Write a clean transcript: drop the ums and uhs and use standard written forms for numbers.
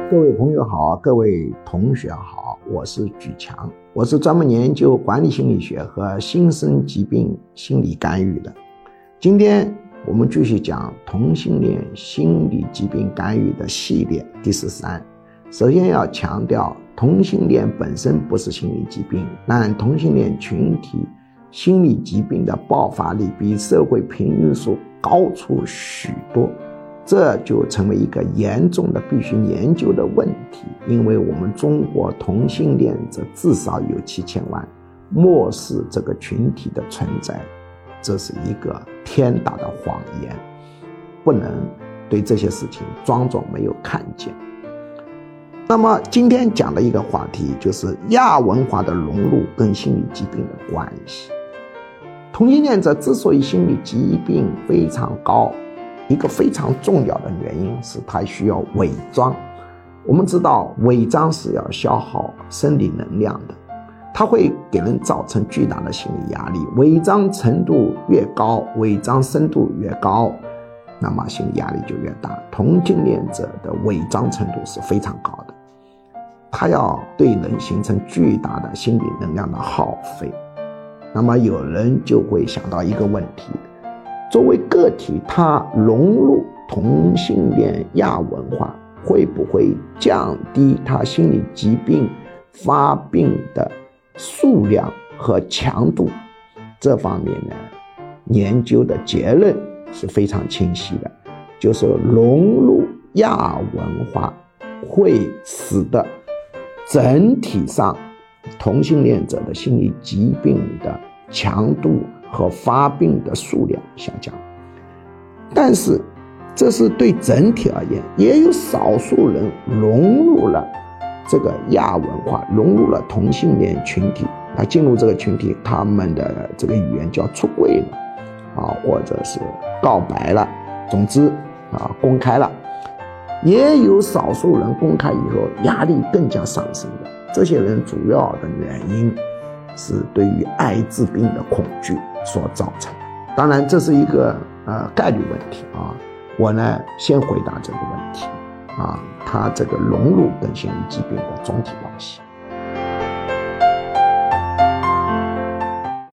各位朋友好，各位同学好，我是举强，我是专门研究管理心理学和新生疾病心理干预的。今天我们继续讲同性恋心理疾病干预的系列第13。首先要强调，同性恋本身不是心理疾病，但同性恋群体心理疾病的爆发力比社会平均数高出许多，这就成为一个严重的必须研究的问题。因为我们中国同性恋者至少有7000万，漠视这个群体的存在，这是一个天大的谎言，不能对这些事情装作没有看见。那么今天讲的一个话题就是亚文化的融入跟心理疾病的关系。同性恋者之所以心理疾病非常高，一个非常重要的原因是他需要伪装。我们知道伪装是要消耗生理能量的，它会给人造成巨大的心理压力，伪装程度越高，伪装深度越高，那么心理压力就越大。同性恋者的伪装程度是非常高的，它要对人形成巨大的心理能量的耗费。那么有人就会想到一个问题，作为个体，他融入同性恋亚文化，会不会降低他心理疾病发病的数量和强度？这方面呢，研究的结论是非常清晰的，就是融入亚文化会使得整体上同性恋者的心理疾病的强度和发病的数量下降。但是这是对整体而言，也有少数人融入了这个亚文化，融入了同性恋群体，他进入这个群体，他们的这个语言叫出柜了或者是告白了，总之公开了。也有少数人公开以后压力更加上升的，这些人主要的原因是对于艾滋病的恐惧所造成。当然这是一个概率问题我呢先回答这个问题它这个融入跟心理疾病的总体关系。